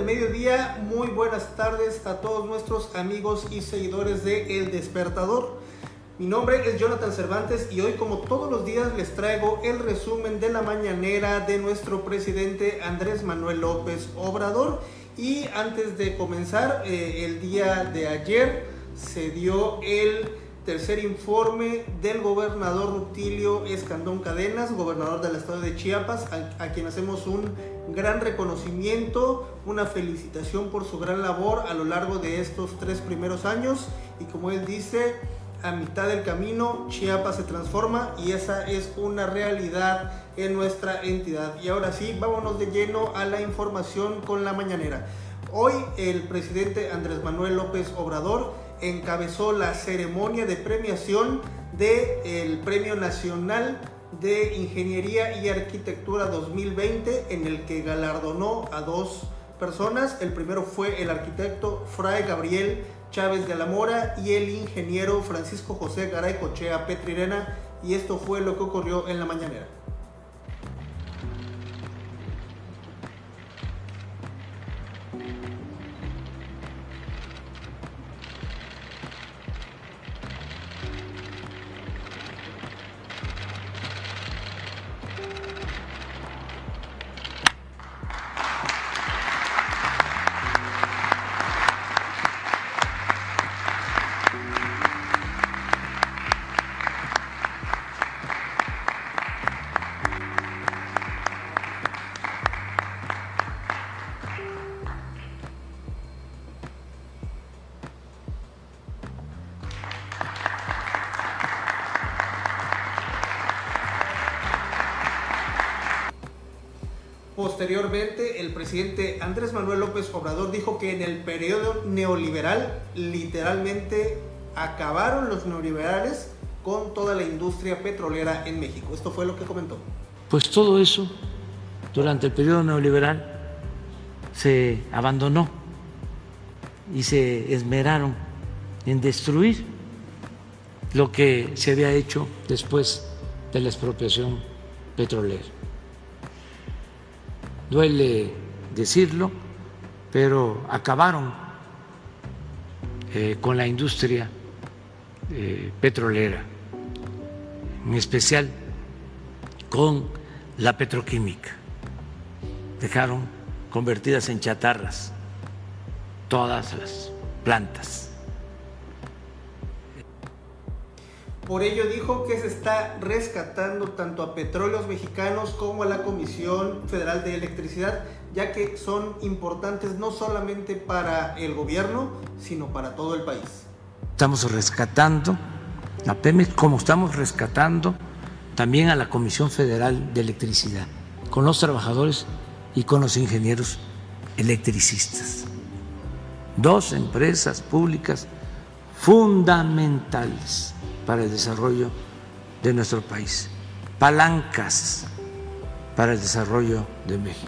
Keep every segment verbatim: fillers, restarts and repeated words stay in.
del mediodía, muy buenas tardes a todos nuestros amigos y seguidores de El Despertador. Mi nombre es Jonathan Cervantes y hoy, como todos los días, les traigo el resumen de la mañanera de nuestro presidente Andrés Manuel López Obrador. Y antes de comenzar, eh, el día de ayer se dio el tercer informe del gobernador Rutilio Escandón Cadenas, gobernador del estado de Chiapas, a, a quien hacemos un gran reconocimiento, una felicitación por su gran labor a lo largo de estos tres primeros años. Y como él dice, a mitad del camino Chiapas se transforma y esa es una realidad en nuestra entidad. Y ahora sí, vámonos de lleno a la información con la mañanera. Hoy el presidente Andrés Manuel López Obrador encabezó la ceremonia de premiación del Premio Nacional de Ingeniería y Arquitectura dos mil veinte, en el que galardonó a dos personas. El primero fue el arquitecto Fray Gabriel Chávez de la Mora y el ingeniero Francisco José Garay Cochea Petrirena, y esto fue lo que ocurrió en la mañanera. Posteriormente, el presidente Andrés Manuel López Obrador dijo que en el periodo neoliberal, literalmente acabaron los neoliberales con toda la industria petrolera en México. Esto fue lo que comentó. Pues todo eso, durante el periodo neoliberal, se abandonó y se esmeraron en destruir lo que se había hecho después de la expropiación petrolera. Duele decirlo, pero acabaron eh, con la industria eh, petrolera, en especial con la petroquímica. Dejaron convertidas en chatarras todas las plantas. Por ello dijo que se está rescatando tanto a Petróleos Mexicanos como a la Comisión Federal de Electricidad, ya que son importantes no solamente para el gobierno, sino para todo el país. Estamos rescatando a Pemex, como estamos rescatando también a la Comisión Federal de Electricidad, con los trabajadores y con los ingenieros electricistas. Dos empresas públicas fundamentales para el desarrollo de nuestro país, palancas para el desarrollo de México.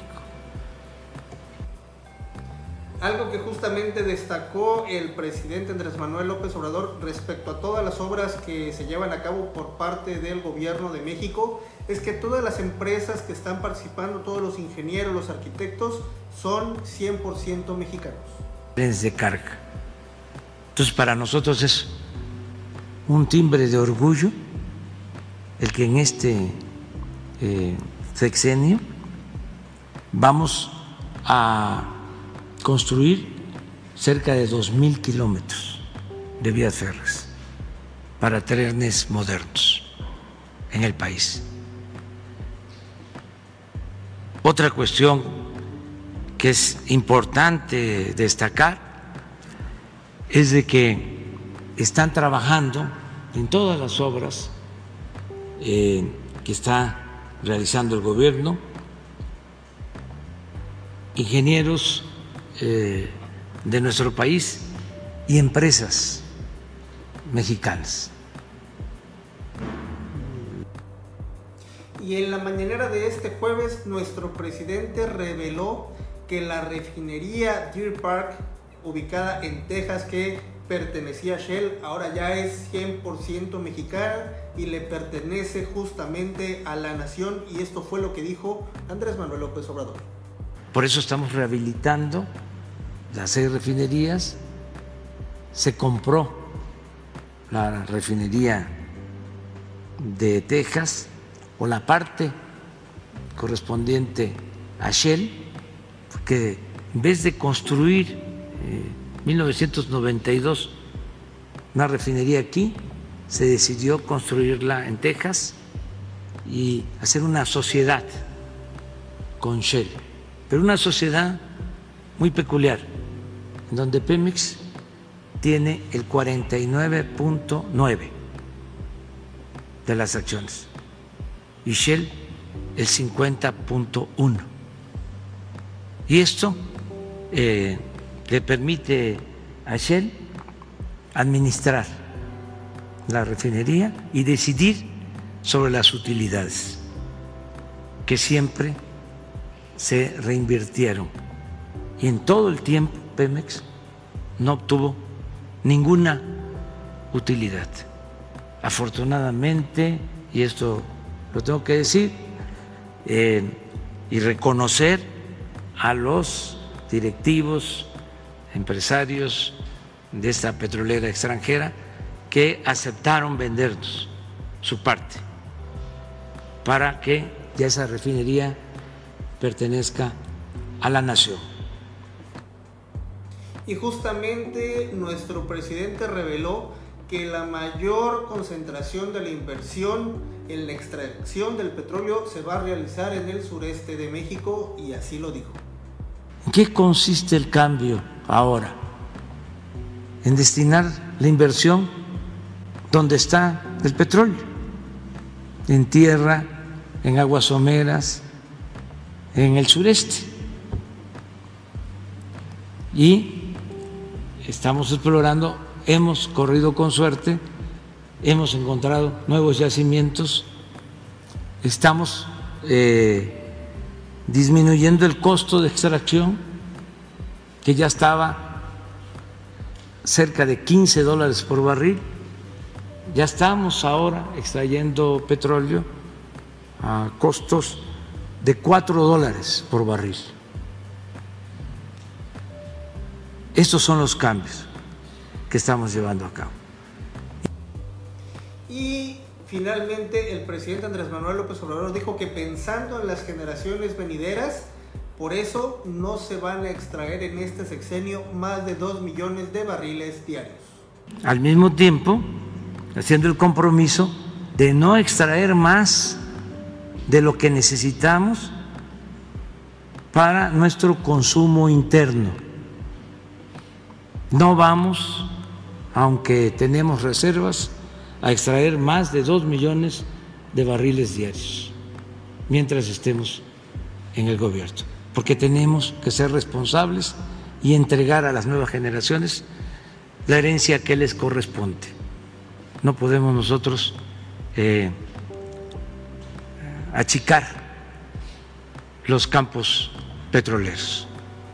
Algo que justamente destacó el presidente Andrés Manuel López Obrador respecto a todas las obras que se llevan a cabo por parte del gobierno de México es que todas las empresas que están participando, todos los ingenieros, los arquitectos, son cien por ciento mexicanos. De carga. Entonces, para nosotros es un timbre de orgullo el que en este eh, sexenio vamos a construir cerca de dos mil kilómetros de vías férreas para trenes modernos en el país. Otra cuestión que es importante destacar es de que están trabajando en todas las obras eh, que está realizando el gobierno ingenieros eh, de nuestro país y empresas mexicanas. Y en la mañanera de este jueves, nuestro presidente reveló que la refinería Deer Park, ubicada en Texas, que pertenecía a Shell, ahora ya es cien por ciento mexicana y le pertenece justamente a la nación, y esto fue lo que dijo Andrés Manuel López Obrador. Por eso estamos rehabilitando las seis refinerías, se compró la refinería de Texas o la parte correspondiente a Shell, porque en vez de construir en eh, mil novecientos noventa y dos una refinería aquí, se decidió construirla en Texas y hacer una sociedad con Shell, pero una sociedad muy peculiar, en donde Pemex tiene el cuarenta y nueve punto nueve de las acciones y Shell el cincuenta punto uno. Y esto eh, le permite a Shell administrar la refinería y decidir sobre las utilidades que siempre se reinvirtieron. Y en todo el tiempo Pemex no obtuvo ninguna utilidad. Afortunadamente, y esto lo tengo que decir, eh, y reconocer a los directivos, empresarios de esta petrolera extranjera que aceptaron vendernos su parte para que ya esa refinería pertenezca a la nación. Y justamente nuestro presidente reveló que la mayor concentración de la inversión en la extracción del petróleo se va a realizar en el sureste de México, y así lo dijo. ¿En qué consiste el cambio ahora? En destinar la inversión donde está el petróleo, en tierra, en aguas someras, en el sureste. Y estamos explorando, hemos corrido con suerte, hemos encontrado nuevos yacimientos, estamos eh, disminuyendo el costo de extracción, que ya estaba cerca de quince dólares por barril. Ya estamos ahora extrayendo petróleo a costos de cuatro dólares por barril. Estos son los cambios que estamos llevando a cabo. Y finalmente el presidente Andrés Manuel López Obrador dijo que pensando en las generaciones venideras, por eso no se van a extraer en este sexenio más de dos millones de barriles diarios. Al mismo tiempo, haciendo el compromiso de no extraer más de lo que necesitamos para nuestro consumo interno. No vamos, aunque tenemos reservas, a extraer más de dos millones de barriles diarios mientras estemos en el gobierno, porque tenemos que ser responsables y entregar a las nuevas generaciones la herencia que les corresponde. No podemos nosotros eh, achicar los campos petroleros.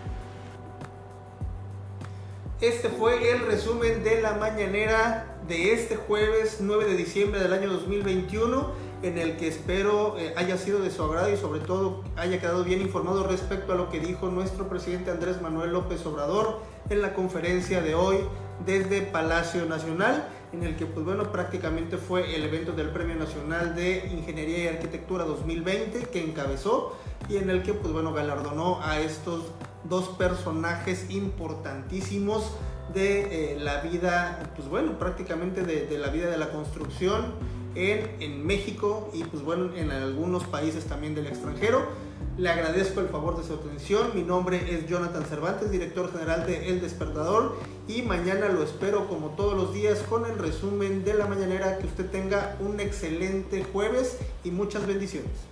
Este fue el resumen de la mañanera de este jueves nueve de diciembre del año dos mil veintiuno, en el que espero eh, haya sido de su agrado y sobre todo haya quedado bien informado respecto a lo que dijo nuestro presidente Andrés Manuel López Obrador en la conferencia de hoy desde Palacio Nacional, en el que pues bueno prácticamente fue el evento del Premio Nacional de Ingeniería y Arquitectura dos mil veinte que encabezó, y en el que pues bueno galardonó a estos dos personajes importantísimos de eh, la vida, pues bueno, prácticamente de, de la vida de la construcción en, en México y pues bueno, en algunos países también del extranjero. Le agradezco el favor de su atención. Mi nombre es Jonathan Cervantes, director general de El Despertador, y mañana lo espero como todos los días con el resumen de la mañanera. Que usted tenga un excelente jueves y muchas bendiciones.